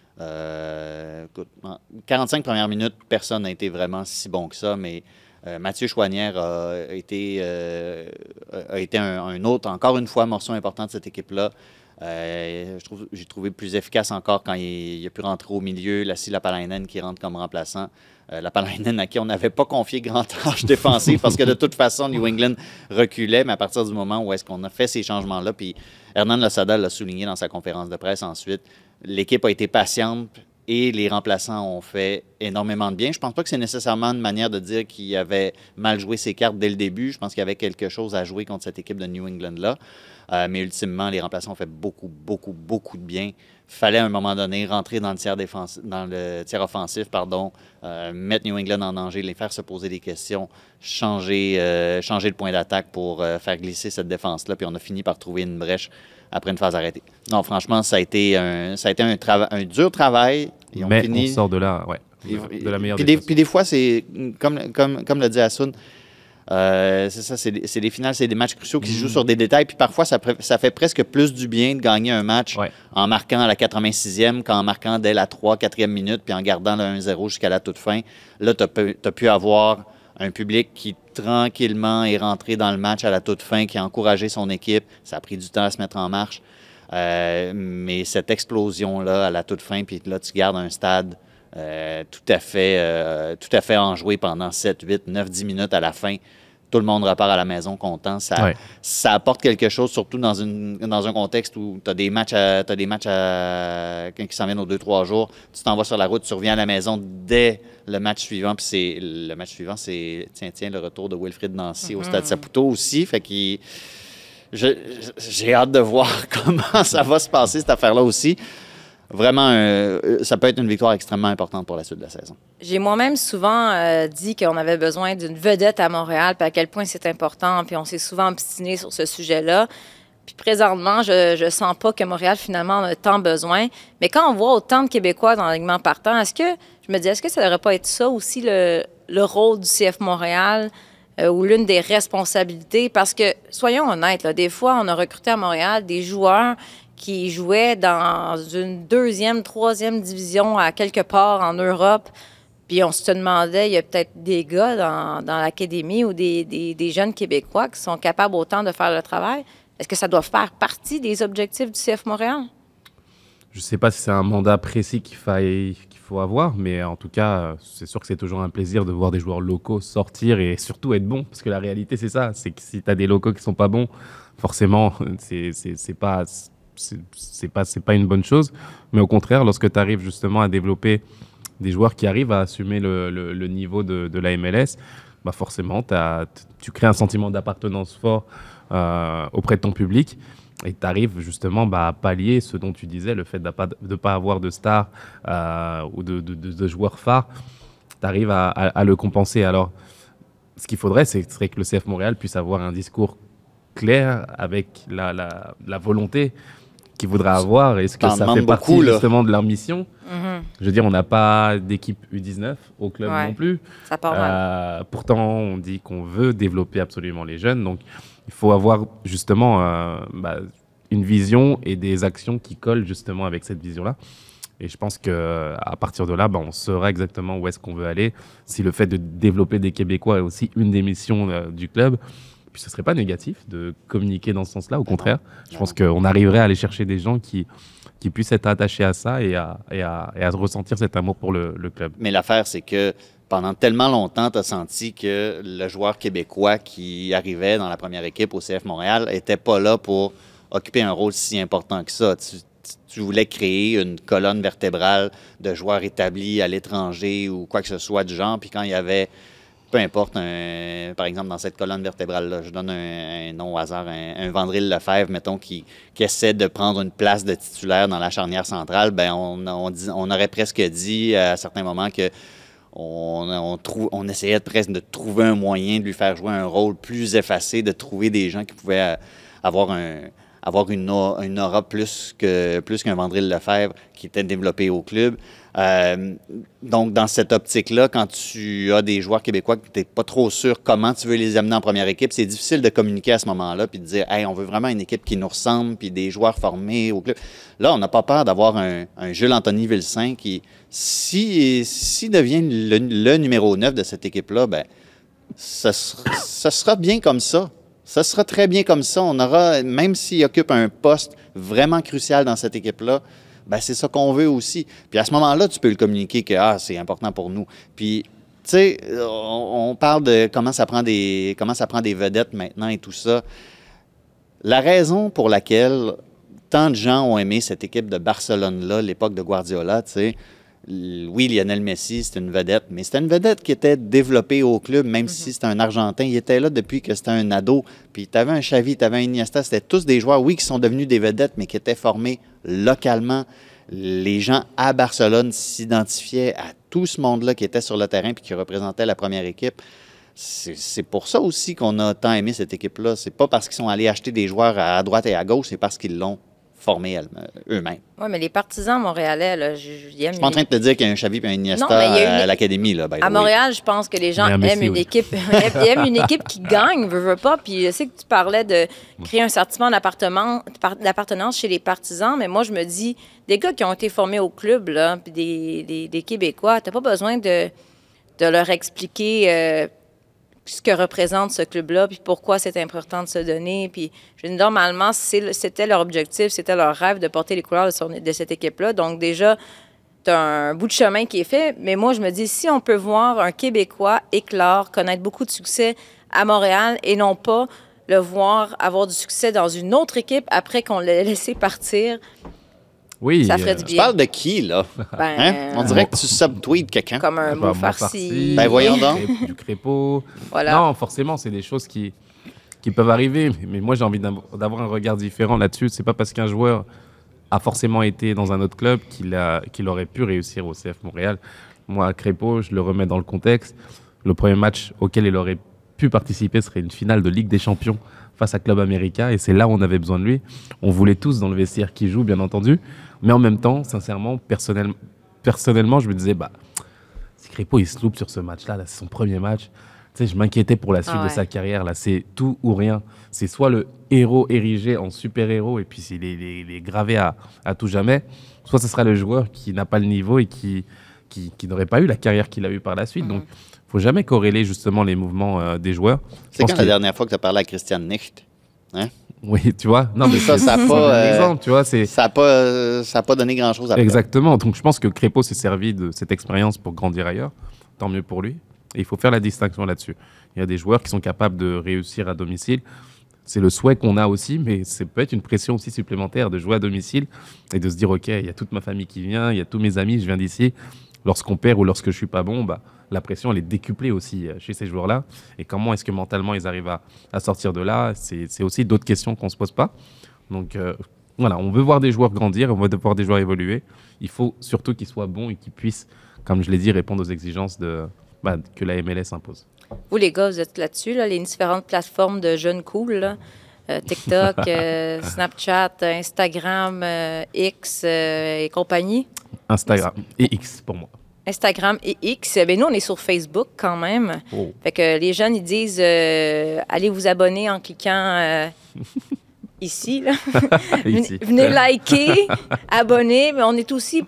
45 premières minutes, personne n'a été vraiment si bon que ça, mais Mathieu Choinière a été encore une fois, morceau important de cette équipe-là. J'ai trouvé plus efficace encore quand il a pu rentrer au milieu, Lassi Lapalainen qui rentre comme remplaçant. Lapalainen à qui on n'avait pas confié grand tâche défensive parce que de toute façon, New England reculait, mais à partir du moment où est-ce qu'on a fait ces changements-là, puis Hernan Losada l'a souligné dans sa conférence de presse ensuite, l'équipe a été patiente et les remplaçants ont fait énormément de bien. Je ne pense pas que c'est nécessairement une manière de dire qu'il avait mal joué ses cartes dès le début. Je pense qu'il y avait quelque chose à jouer contre cette équipe de New England-là. Mais ultimement, les remplaçants ont fait beaucoup de bien. Fallait à un moment donné rentrer dans le tiers offensif, mettre New England en danger, les faire se poser des questions, changer le point d'attaque pour faire glisser cette défense-là. Puis on a fini par trouver une brèche après une phase arrêtée. Non, franchement, ça a été un dur travail. Mais on sort de là, de la meilleure des choses. Puis des fois, c'est comme l'a dit Hassoun, c'est ça, c'est des finales, c'est des matchs cruciaux qui se jouent sur des détails. Puis parfois, ça fait presque plus du bien de gagner un match en marquant à la 86e qu'en marquant dès la 4e minute, puis en gardant le 1-0 jusqu'à la toute fin. Là, tu as pu avoir un public qui, tranquillement, est rentré dans le match à la toute fin, qui a encouragé son équipe. Ça a pris du temps à se mettre en marche. Mais cette explosion-là, à la toute fin, puis là, tu gardes un stade tout à fait enjoué pendant 7, 8, 9, 10 minutes à la fin. Tout le monde repart à la maison content. Ça apporte quelque chose, surtout dans un contexte où tu as des matchs qui s'en viennent aux 2-3 jours. Tu t'en vas sur la route, tu reviens à la maison dès le match suivant. Puis le match suivant, c'est le retour de Wilfried Nancy au Stade Saputo aussi. Fait que j'ai hâte de voir comment ça va se passer, cette affaire-là aussi. Vraiment, ça peut être une victoire extrêmement importante pour la suite de la saison. J'ai moi-même souvent dit qu'on avait besoin d'une vedette à Montréal, puis à quel point c'est important, puis on s'est souvent obstiné sur ce sujet-là. Puis présentement, je sens pas que Montréal, finalement, en a tant besoin. Mais quand on voit autant de Québécois dans l'alignement partant, est-ce que ça devrait pas être ça aussi le rôle du CF Montréal ou l'une des responsabilités? Parce que, soyons honnêtes, là, des fois, on a recruté à Montréal des joueurs qui jouaient dans une 2e, 3e division à quelque part en Europe. Puis on se demandait, il y a peut-être des gars dans l'académie ou des jeunes Québécois qui sont capables autant de faire le travail. Est-ce que ça doit faire partie des objectifs du CF Montréal? Je ne sais pas si c'est un mandat précis qu'il faut avoir, mais en tout cas, c'est sûr que c'est toujours un plaisir de voir des joueurs locaux sortir et surtout être bons. Parce que la réalité, c'est ça. C'est que si tu as des locaux qui ne sont pas bons, forcément, c'est pas une bonne chose. Mais au contraire, lorsque tu arrives justement à développer des joueurs qui arrivent à assumer le niveau de la MLS, bah forcément, tu crées un sentiment d'appartenance fort auprès de ton public et tu arrives justement à pallier ce dont tu disais, le fait de ne pas avoir de stars ou de joueurs phares. Tu arrives à le compenser. Alors, ce qu'il faudrait, ce serait que le CF Montréal puisse avoir un discours clair avec la volonté qu'ils voudraient avoir. Est-ce que ça fait partie justement de leur mission? Je veux dire, on n'a pas d'équipe U19 au club non plus. Ça part mal. Pourtant, on dit qu'on veut développer absolument les jeunes. Donc, il faut avoir justement une vision et des actions qui collent justement avec cette vision-là. Et je pense qu'à partir de là, on saura exactement où est-ce qu'on veut aller. Si le fait de développer des Québécois est aussi une des missions du club, puis ce ne serait pas négatif de communiquer dans ce sens-là. Au contraire, je pense qu'on arriverait à aller chercher des gens qui puissent être attachés à ça et à ressentir cet amour pour le club. Mais l'affaire, c'est que pendant tellement longtemps, tu as senti que le joueur québécois qui arrivait dans la première équipe au CF Montréal n'était pas là pour occuper un rôle si important que ça. Tu voulais créer une colonne vertébrale de joueurs établis à l'étranger ou quoi que ce soit du genre. Puis quand il y avait, peu importe, par exemple, dans cette colonne vertébrale-là, je donne un nom au hasard, un Vandril Lefebvre, mettons, qui essaie de prendre une place de titulaire dans la charnière centrale, on aurait presque dit à certains moments que on essayait presque de trouver un moyen de lui faire jouer un rôle plus effacé, de trouver des gens qui pouvaient avoir une aura plus qu'un Vandril Lefebvre qui était développé au club. Donc, dans cette optique-là, quand tu as des joueurs québécois que tu n'es pas trop sûr comment tu veux les amener en première équipe, c'est difficile de communiquer à ce moment-là puis de dire « Hey, on veut vraiment une équipe qui nous ressemble puis des joueurs formés au club. » Là, on n'a pas peur d'avoir un Jules-Anthony Vilsain qui, s'il devient le numéro 9 de cette équipe-là, ça sera bien comme ça. Ça sera très bien comme ça. On aura, même s'il occupe un poste vraiment crucial dans cette équipe-là, ben c'est ça qu'on veut aussi. Puis à ce moment-là, tu peux le communiquer que c'est important pour nous. Puis, tu sais, on parle de comment ça prend des vedettes maintenant et tout ça. La raison pour laquelle tant de gens ont aimé cette équipe de Barcelone-là, l'époque de Guardiola, tu sais, oui, Lionel Messi, c'est une vedette, mais c'était une vedette qui était développée au club, même si c'était un Argentin. Il était là depuis que c'était un ado. Puis tu avais un Xavi, tu avais un Iniesta, c'était tous des joueurs, oui, qui sont devenus des vedettes, mais qui étaient formés localement. Les gens à Barcelone s'identifiaient à tout ce monde-là qui était sur le terrain puis qui représentait la première équipe. C'est pour ça aussi qu'on a tant aimé cette équipe-là. C'est pas parce qu'ils sont allés acheter des joueurs à droite et à gauche, c'est parce qu'ils l'ont formé eux-mêmes. Oui, mais les partisans montréalais, là, je suis pas en train de te dire qu'il y a un Xavi et un Iniesta à l'Académie. Là, à Montréal, je pense que les gens aiment une équipe aiment une équipe qui gagne, veut pas. Puis je sais que tu parlais de créer un sentiment d'appartenance chez les partisans, mais moi, je me dis, des gars qui ont été formés au club, là, puis des Québécois, t'as pas besoin de leur expliquer ce que représente ce club-là, puis pourquoi c'est important de se donner. Puis, normalement, c'était leur objectif, c'était leur rêve de porter les couleurs de cette équipe-là. Donc, déjà, tu as un bout de chemin qui est fait. Mais moi, je me dis, si on peut voir un Québécois éclore, connaître beaucoup de succès à Montréal et non pas le voir avoir du succès dans une autre équipe après qu'on l'ait laissé partir, oui, ça ferait du bien. Tu parles de qui, là? On dirait que tu subtweets quelqu'un. Comme un mot farci. Ben voyons donc. Du Crépeau. Voilà. Non, forcément, c'est des choses qui peuvent arriver. Mais moi, j'ai envie d'avoir un regard différent là-dessus. C'est pas parce qu'un joueur a forcément été dans un autre club qu'il aurait pu réussir au CF Montréal. Moi, Crépeau, je le remets dans le contexte. Le premier match auquel il aurait pu participer serait une finale de Ligue des Champions face à Club América, et c'est là où on avait besoin de lui. On voulait tous dans le vestiaire qu'il joue, bien entendu, mais en même temps, sincèrement, personnellement, je me disais, si Crépeau il se loupe sur ce match-là, là, c'est son premier match, tu sais, je m'inquiétais pour la suite de sa carrière, là, c'est tout ou rien. C'est soit le héros érigé en super-héros, et puis il est gravé à tout jamais, soit ce sera le joueur qui n'a pas le niveau et qui n'aurait pas eu la carrière qu'il a eue par la suite. Donc, il ne faut jamais corréler justement les mouvements des joueurs. C'est quand la dernière fois que tu as parlé à Christian Nicht? Hein? Oui, tu vois. Non, mais ça n'a pas, exemple, tu vois, ça a pas donné grand-chose après. Exactement. Donc, je pense que Crépeau s'est servi de cette expérience pour grandir ailleurs. Tant mieux pour lui. Et il faut faire la distinction là-dessus. Il y a des joueurs qui sont capables de réussir à domicile. C'est le souhait qu'on a aussi, mais ça peut être une pression aussi supplémentaire de jouer à domicile et de se dire, OK, il y a toute ma famille qui vient, il y a tous mes amis, je viens d'ici. Lorsqu'on perd ou lorsque je suis pas bon, la pression, elle est décuplée aussi chez ces joueurs-là. Et comment est-ce que mentalement, ils arrivent à sortir de là? C'est aussi d'autres questions qu'on ne se pose pas. Donc, voilà, on veut voir des joueurs grandir, on veut voir des joueurs évoluer. Il faut surtout qu'ils soient bons et qu'ils puissent, comme je l'ai dit, répondre aux exigences que la MLS impose. Vous, les gars, vous êtes là-dessus, là, les différentes plateformes de jeunes cool, là. TikTok, Snapchat, Instagram, X et compagnie. Instagram et X pour moi. Instagram et X. Ben nous, on est sur Facebook quand même. Oh. Fait que les jeunes, ils disent allez vous abonner en cliquant ici. Là. Ici. Venez liker, abonner. Mais on est aussi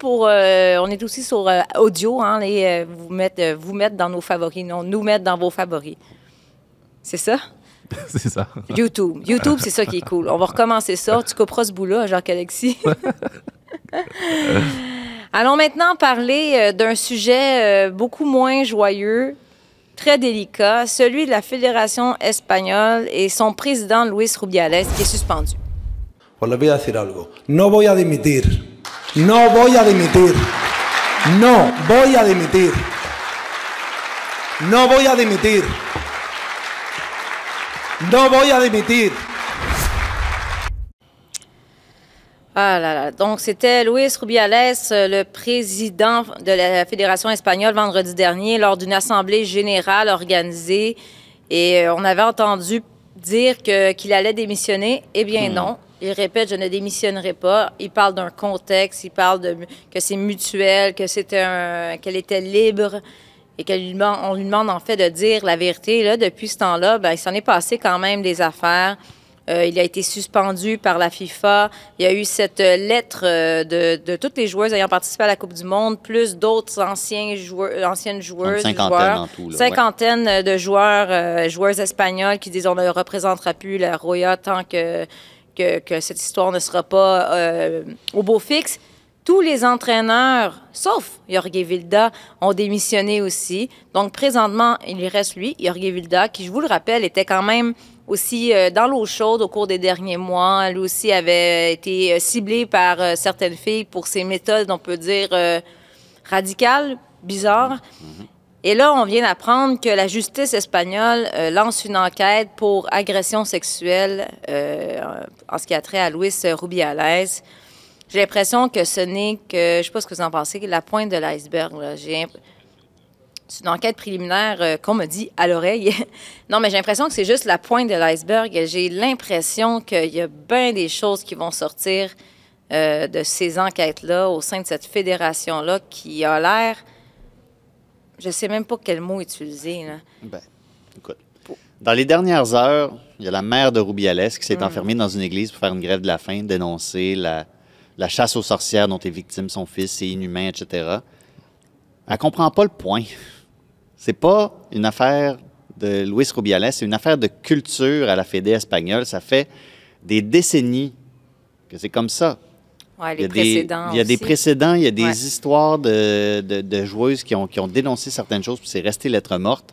sur audio, hein, vous mettre dans nos favoris, non, nous mettre dans vos favoris. C'est ça? C'est ça. YouTube, c'est ça qui est cool. On va recommencer ça. Tu couperas ce bout-là, Jacques-Alexis. Allons maintenant parler d'un sujet beaucoup moins joyeux, très délicat, celui de la Fédération espagnole et son président Luis Rubiales qui est suspendu. Os les voy a decir algo. No voy a dimitir. No voy a dimitir. No voy a dimitir. No voy a dimitir. No voy a dimitir. Ah là là. Donc, c'était Luis Rubiales, le président de la Fédération espagnole, vendredi dernier, lors d'une assemblée générale organisée. Et on avait entendu dire qu'il allait démissionner. Eh bien, non. Il répète, je ne démissionnerai pas. Il parle d'un contexte, il parle que c'est mutuel, qu'elle était libre et on lui demande en fait de dire la vérité. Là, depuis ce temps-là, il s'en est passé quand même des affaires. Il a été suspendu par la FIFA. Il y a eu cette lettre de toutes les joueuses ayant participé à la Coupe du Monde, plus d'autres anciennes joueuses. Une cinquantaine en tout. Là, cinquantaine de joueuses espagnols qui disent on ne représentera plus la Roya tant que cette histoire ne sera pas au beau fixe. Tous les entraîneurs, sauf Jorge Vilda, ont démissionné aussi. Donc, présentement, il reste lui, Jorge Vilda, qui, je vous le rappelle, était quand même aussi dans l'eau chaude au cours des derniers mois. Lui aussi avait été ciblé par certaines filles pour ses méthodes, on peut dire, radicales, bizarres. Et là, on vient d'apprendre que la justice espagnole lance une enquête pour agression sexuelle en ce qui a trait à Luis Rubiales. J'ai l'impression que ce n'est que, je ne sais pas ce que vous en pensez, la pointe de l'iceberg. C'est une enquête préliminaire qu'on me dit à l'oreille. Non, mais j'ai l'impression que c'est juste la pointe de l'iceberg. J'ai l'impression qu'il y a bien des choses qui vont sortir de ces enquêtes-là au sein de cette fédération-là qui a l'air... Je ne sais même pas quel mot utiliser. Là. Ben, écoute, dans les dernières heures, il y a la mère de Rubiales qui s'est enfermée dans une église pour faire une grève de la faim, dénoncer la chasse aux sorcières dont est victime son fils, c'est inhumain, etc. Elle ne comprend pas le point. C'est pas une affaire de Luis Rubiales, c'est une affaire de culture à la Fédé espagnole. Ça fait des décennies que c'est comme ça. Ouais, il y a des précédents, il y a des histoires de joueuses qui ont dénoncé certaines choses, puis c'est resté lettre morte.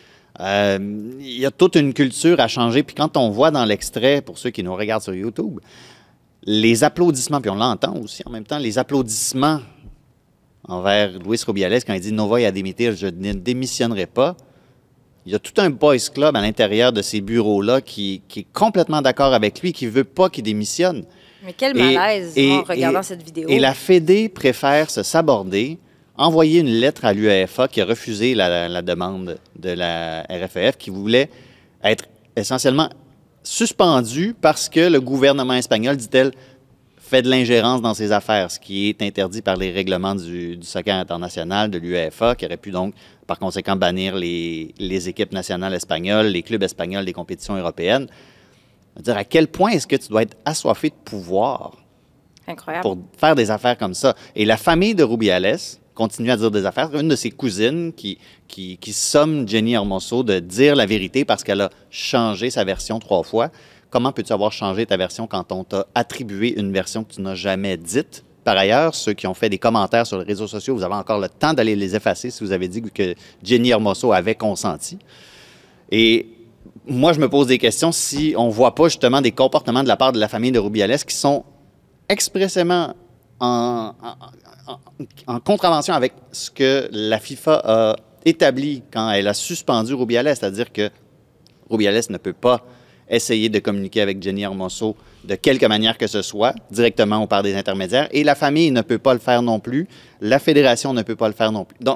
Il y a toute une culture à changer. Puis quand on voit dans l'extrait, pour ceux qui nous regardent sur YouTube, les applaudissements, puis on l'entend aussi en même temps, les applaudissements envers Luis Rubiales quand il dit « No voy a dimitir, je ne démissionnerai pas », il y a tout un boys club à l'intérieur de ces bureaux-là qui est complètement d'accord avec lui, qui ne veut pas qu'il démissionne. Mais quel malaise en regardant cette vidéo. Et la Fédé préfère se saborder, envoyer une lettre à l'UEFA qui a refusé la demande de la RFEF, qui voulait être essentiellement suspendu parce que le gouvernement espagnol, dit-elle, fait de l'ingérence dans ses affaires, ce qui est interdit par les règlements du soccer international, de l'UEFA, qui aurait pu donc, par conséquent, bannir les équipes nationales espagnoles, les clubs espagnols des compétitions européennes. Dire à quel point est-ce que tu dois être assoiffé de pouvoir pour faire des affaires comme ça. Et la famille de Rubiales continue à dire des affaires. Une de ses cousines qui somme Jenny Hermoso de dire la vérité parce qu'elle a changé sa version 3 fois. Comment peux-tu avoir changé ta version quand on t'a attribué une version que tu n'as jamais dite? Par ailleurs, ceux qui ont fait des commentaires sur les réseaux sociaux, vous avez encore le temps d'aller les effacer si vous avez dit que Jenny Hermoso avait consenti. Et moi, je me pose des questions si on ne voit pas justement des comportements de la part de la famille de Rubiales qui sont expressément en contravention avec ce que la FIFA a établi quand elle a suspendu Rubiales, c'est-à-dire que Rubiales ne peut pas essayer de communiquer avec Jenny Hermoso de quelque manière que ce soit, directement ou par des intermédiaires, et la famille ne peut pas le faire non plus, la fédération ne peut pas le faire non plus. Donc,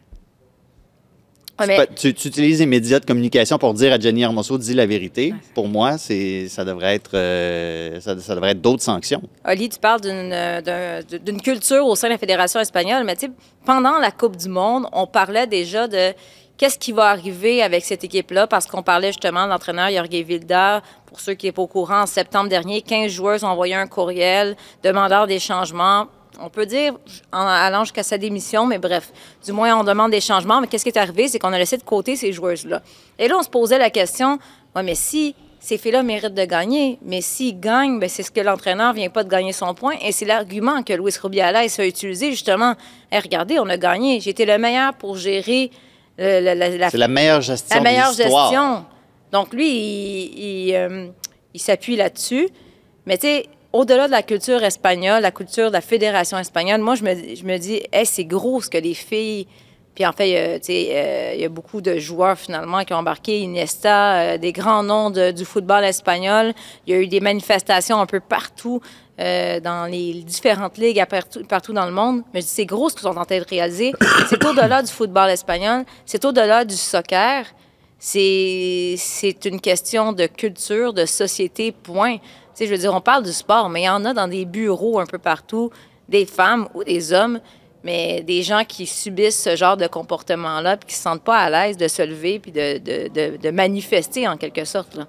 tu utilises les médias de communication pour dire à Jenny Hermoso, dis la vérité. Pour moi, ça devrait être d'autres sanctions. Oli, tu parles d'une culture au sein de la Fédération espagnole, mais tu sais, pendant la Coupe du Monde, on parlait déjà de qu'est-ce qui va arriver avec cette équipe-là, parce qu'on parlait justement de l'entraîneur Jorge Vilda. Pour ceux qui ne sont pas au courant, en septembre dernier, 15 joueurs ont envoyé un courriel demandant des changements. On peut dire allant jusqu'à sa démission, mais bref, du moins, on demande des changements. Mais qu'est-ce qui est arrivé? C'est qu'on a laissé de côté ces joueuses-là. Et là, on se posait la question, ouais, mais si ces filles-là méritent de gagner, mais s'ils gagnent, bien, c'est ce que l'entraîneur ne vient pas de gagner son point. Et c'est l'argument que Luis Rubiales a utilisé, justement. Hey, regardez, on a gagné. J'ai été le meilleur pour gérer c'est la meilleure gestion de l'histoire. Donc, lui, il s'appuie là-dessus. Mais tu sais, au-delà de la culture espagnole, la culture de la Fédération espagnole, moi, je me dis, hey, c'est gros ce que les filles... Puis en fait, il y a beaucoup de joueurs, finalement, qui ont embarqué. Iniesta, des grands noms du football espagnol. Il y a eu des manifestations un peu partout dans les différentes ligues, partout dans le monde. Mais je dis, c'est gros ce qu'ils sont en train de réaliser. C'est au-delà du football espagnol. C'est au-delà du soccer. C'est une question de culture, de société, point. Tu sais, je veux dire, on parle du sport, mais il y en a dans des bureaux un peu partout, des femmes ou des hommes, mais des gens qui subissent ce genre de comportement-là puis qui ne se sentent pas à l'aise de se lever puis de manifester, en quelque sorte, là.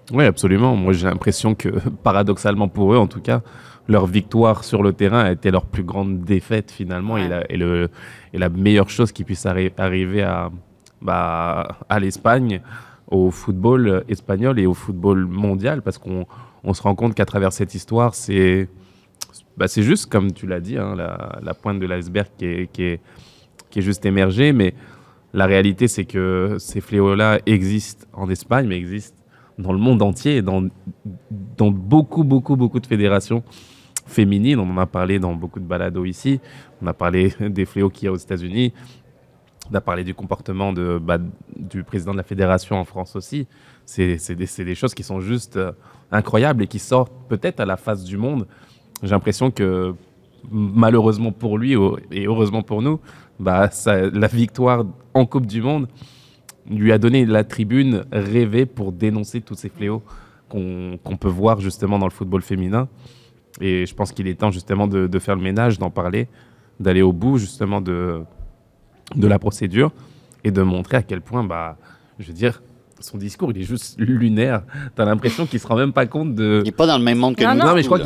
Oui, absolument. Moi, j'ai l'impression que, paradoxalement pour eux, en tout cas, leur victoire sur le terrain a été leur plus grande défaite, finalement, Ouais. et la meilleure chose qui puisse arriver à l'Espagne, au football espagnol et au football mondial, parce qu'on se rend compte qu'à travers cette histoire, c'est juste, comme tu l'as dit, hein, la pointe de l'iceberg qui est juste émergée, mais la réalité, c'est que ces fléaux-là existent en Espagne, mais existent dans le monde entier, dans beaucoup, beaucoup, beaucoup de fédérations féminines. On en a parlé dans beaucoup de balados ici. On a parlé des fléaux qu'il y a aux États-Unis. On a parlé du comportement du président de la fédération en France aussi. C'est des choses qui sont juste incroyables et qui sortent peut-être à la face du monde. J'ai l'impression que, malheureusement pour lui et heureusement pour nous, la victoire en Coupe du Monde lui a donné la tribune rêvée pour dénoncer tous ces fléaux qu'on peut voir justement dans le football féminin. Et je pense qu'il est temps justement de faire le ménage, d'en parler, d'aller au bout justement de la procédure et de montrer à quel point, je veux dire, son discours, il est juste lunaire. T'as l'impression qu'il se rend même pas compte de... Il n'est pas dans le même monde que nous. Non, mais je crois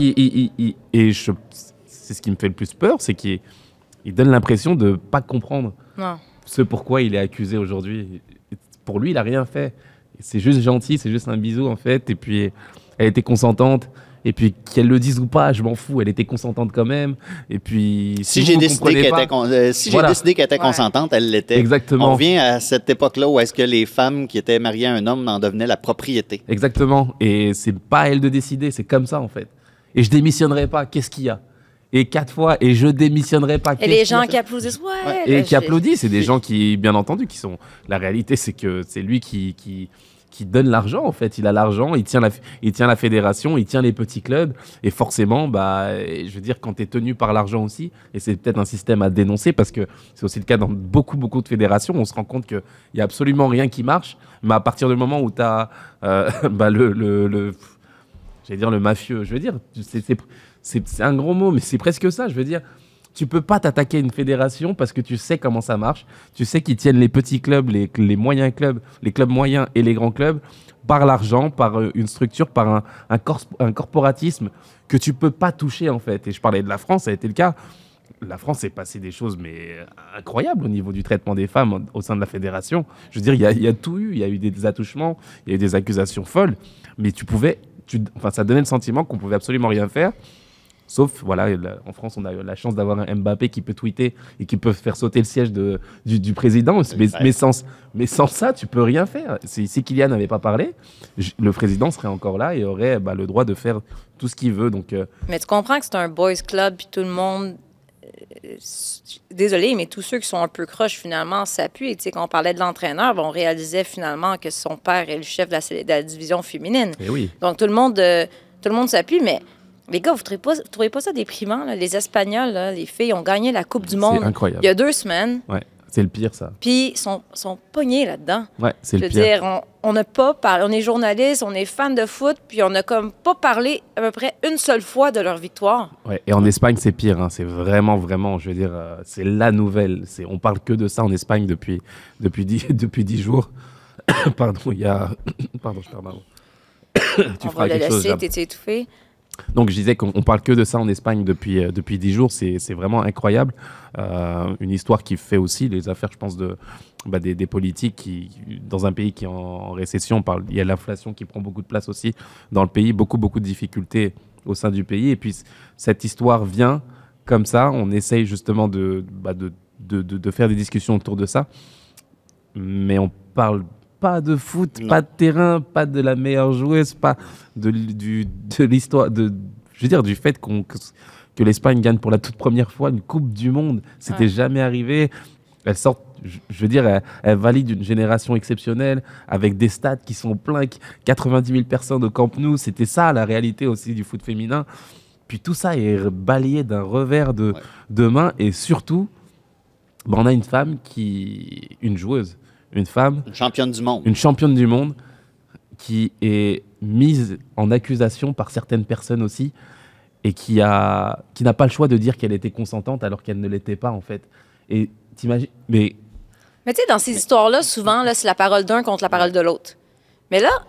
c'est ce qui me fait le plus peur, c'est qu'il donne l'impression de pas comprendre ce pourquoi il est accusé aujourd'hui. Pour lui, il a rien fait. C'est juste gentil, c'est juste un bisou en fait. Et puis, elle était consentante. Et puis, qu'elle le dise ou pas, je m'en fous. Elle était consentante quand même. Et puis, si j'ai décidé qu'elle était consentante, elle l'était. Exactement. On revient à cette époque-là où est-ce que les femmes qui étaient mariées à un homme en devenaient la propriété. Exactement. Et c'est pas à elle de décider. C'est comme ça en fait. Et je démissionnerai pas. Qu'est-ce qu'il y a? Et 4 fois, et je démissionnerai pas. Et les gens qui applaudissent, et qui applaudissent, c'est des gens qui, bien entendu, qui sont... La réalité, c'est que c'est lui qui donne l'argent, en fait. Il a l'argent, il tient la fédération, il tient les petits clubs. Et forcément, je veux dire, quand tu es tenu par l'argent aussi, et c'est peut-être un système à dénoncer, parce que c'est aussi le cas dans beaucoup, beaucoup de fédérations, on se rend compte qu'il n'y a absolument rien qui marche. Mais à partir du moment où tu as j'allais dire le mafieux, je veux dire, c'est un gros mot, mais c'est presque ça. Je veux dire, tu peux pas t'attaquer à une fédération parce que tu sais comment ça marche. Tu sais qu'ils tiennent les petits clubs, les moyens clubs, les clubs moyens et les grands clubs par l'argent, par une structure, par un corporatisme que tu peux pas toucher en fait. Et je parlais de la France, ça a été le cas. La France est passé des choses mais incroyables au niveau du traitement des femmes au sein de la fédération. Je veux dire, il y a tout eu. Il y a eu des attouchements, il y a eu des accusations folles, mais ça donnait le sentiment qu'on pouvait absolument rien faire. Sauf, voilà, en France, on a eu la chance d'avoir un Mbappé qui peut tweeter et qui peut faire sauter le siège du président. Mais sans ça, tu peux rien faire. Si Kylian n'avait pas parlé, le président serait encore là et aurait le droit de faire tout ce qu'il veut. Donc, Mais tu comprends que c'est un boys club puis tout le monde... Désolé, mais tous ceux qui sont un peu croches, finalement, s'appuient. Tu sais, quand on parlait de l'entraîneur, on réalisait finalement que son père est le chef de la division féminine. Et oui. Donc, tout le monde s'appuie, mais... Les gars, vous trouvez pas ça déprimant? Là? Les Espagnols, là, les filles, ont gagné la Coupe du Monde il y a 2 semaines. Ouais, c'est le pire, ça. Puis, sont pognés là-dedans. Ouais, c'est le pire. Je veux dire, on n'a pas parlé. On est journalistes, on est fans de foot, puis on n'a comme pas parlé à peu près une seule fois de leur victoire. Ouais, et en Espagne, c'est pire. Hein. C'est vraiment, vraiment, je veux dire, c'est la nouvelle. On parle que de ça en Espagne depuis 10 jours. Pardon, Pardon, je perds ma voix. On va le laisser, t'es étouffé. Donc je disais qu'on parle que de ça en Espagne depuis 10 jours, c'est vraiment incroyable. Une histoire qui fait aussi les affaires, je pense, des politiques qui, dans un pays qui est en récession, il y a l'inflation qui prend beaucoup de place aussi dans le pays, beaucoup de difficultés au sein du pays. Et puis cette histoire vient comme ça, on essaye justement de faire des discussions autour de ça, mais on parle pas de foot, pas de terrain, pas de la meilleure joueuse, pas de l'histoire, je veux dire, du fait que l'Espagne gagne pour la toute première fois une Coupe du Monde. C'était jamais arrivé. Elle sort, je veux dire, elle valide une génération exceptionnelle avec des stades qui sont pleins, 90 000 personnes au Camp Nou. C'était ça la réalité aussi du foot féminin. Puis tout ça est balayé d'un revers de main. Et surtout, on a une femme une joueuse. Une femme... Une championne du monde. Une championne du monde qui est mise en accusation par certaines personnes aussi et qui n'a pas le choix de dire qu'elle était consentante alors qu'elle ne l'était pas, en fait. Et t'imagines... Mais tu sais, dans ces histoires-là, souvent, là, c'est la parole d'un contre la parole de l'autre. Mais là,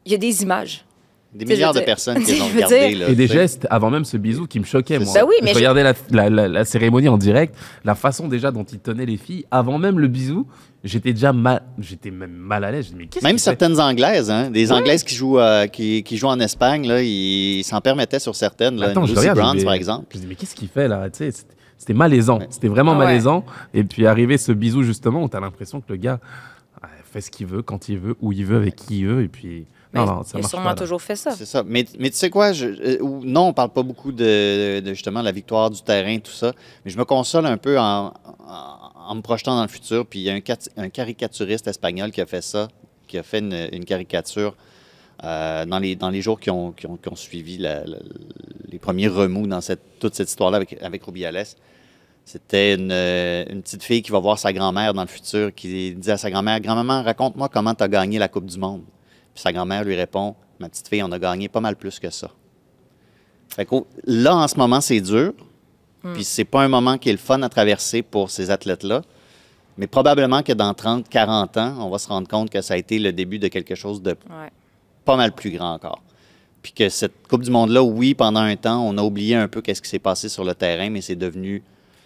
il y a des images. Des Tu sais, milliards je veux de dire- personnes qui Je l'ont veux regardé. dire- Là, Et des tu sais. gestes avant même ce bisou qui me choquait, moi. Ben oui, mais je regardais la cérémonie en direct, la façon déjà dont il tenait les filles, avant même le bisou, j'étais même mal à l'aise. Je dis, mais qu'est-ce Même qu'il fait? certaines Anglaises, hein, des Anglaises qui jouent en Espagne, là, ils s'en permettaient sur certaines. Là, Attends, je Lucy regarde, Bronze, je par dis, exemple. Je dis, mais qu'est-ce qu'il fait là? Tu sais, c'était malaisant. Ouais. C'était vraiment Ah ouais. malaisant. Et puis arrivé ce bisou, justement, où tu as l'impression que le gars fait ce qu'il veut, quand il veut, où il veut, avec qui il veut. Et puis, non, ça il a marche sûrement pas. là. toujours fait ça. C'est ça. Mais tu sais quoi? Non, on parle pas beaucoup de justement la victoire du terrain, tout ça. Mais je me console un peu en me projetant dans le futur. Puis il y a un caricaturiste espagnol qui a fait ça, qui a fait une caricature dans les jours qui ont suivi les premiers remous dans toute cette histoire-là avec Rubiales. C'était une petite fille qui va voir sa grand-mère dans le futur, qui dit à sa grand-mère, « Grand-maman, raconte-moi comment tu as gagné la Coupe du Monde. » Puis sa grand-mère lui répond, « Ma petite fille, on a gagné pas mal plus que ça. » Fait que là, en ce moment, c'est dur. Puis c'est pas un moment qui est le fun à traverser pour ces athlètes-là. Mais probablement que dans 30, 40 ans, on va se rendre compte que ça a été le début de quelque chose de Ouais. pas mal plus grand encore. Puis que cette Coupe du Monde-là, oui, pendant un temps, on a oublié un peu qu'est-ce qui s'est passé sur le terrain, mais c'est devenu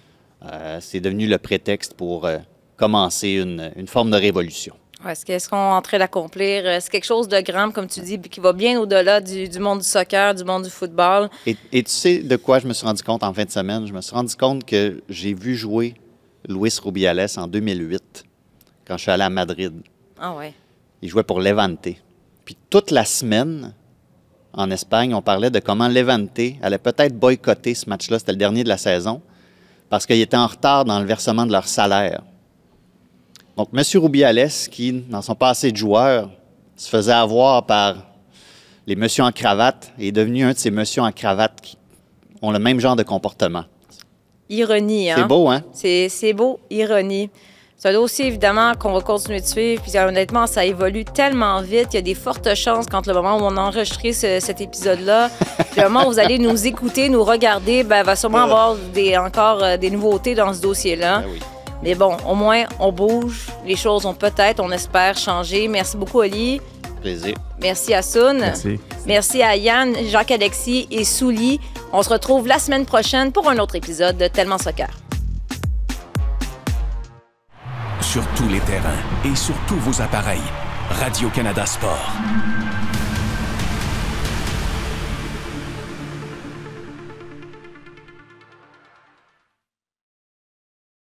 le prétexte pour commencer une forme de révolution. Ouais, est-ce qu'on est en train d'accomplir? C'est quelque chose de grand, comme tu dis, qui va bien au-delà du monde du soccer, du monde du football. Et tu sais de quoi je me suis rendu compte en fin de semaine? Je me suis rendu compte que j'ai vu jouer Luis Rubiales en 2008, quand je suis allé à Madrid. Ah ouais. Il jouait pour Levante. Puis toute la semaine, en Espagne, on parlait de comment Levante allait peut-être boycotter ce match-là. C'était le dernier de la saison, parce qu'il était en retard dans le versement de leur salaire. Donc, M. Rubiales, qui, dans son passé de joueur, se faisait avoir par les messieurs en cravate, est devenu un de ces messieurs en cravate qui ont le même genre de comportement. Ironie, hein? C'est beau, hein? C'est beau, ironie. C'est un dossier, évidemment, qu'on va continuer de suivre. Puis honnêtement, ça évolue tellement vite. Il y a des fortes chances, quand le moment où on a enregistré cet épisode-là, puis le moment où vous allez nous écouter, nous regarder, ben, va sûrement avoir encore des nouveautés dans ce dossier-là. Ben oui. Mais bon, au moins, on bouge. Les choses ont peut-être, on espère, changé. Merci beaucoup, Oli. Plaisir. Merci à Soun. Merci. Merci à Yann, Jacques-Alexis et Souli. On se retrouve la semaine prochaine pour un autre épisode de Tellement Soccer. Sur tous les terrains et sur tous vos appareils, Radio-Canada Sport.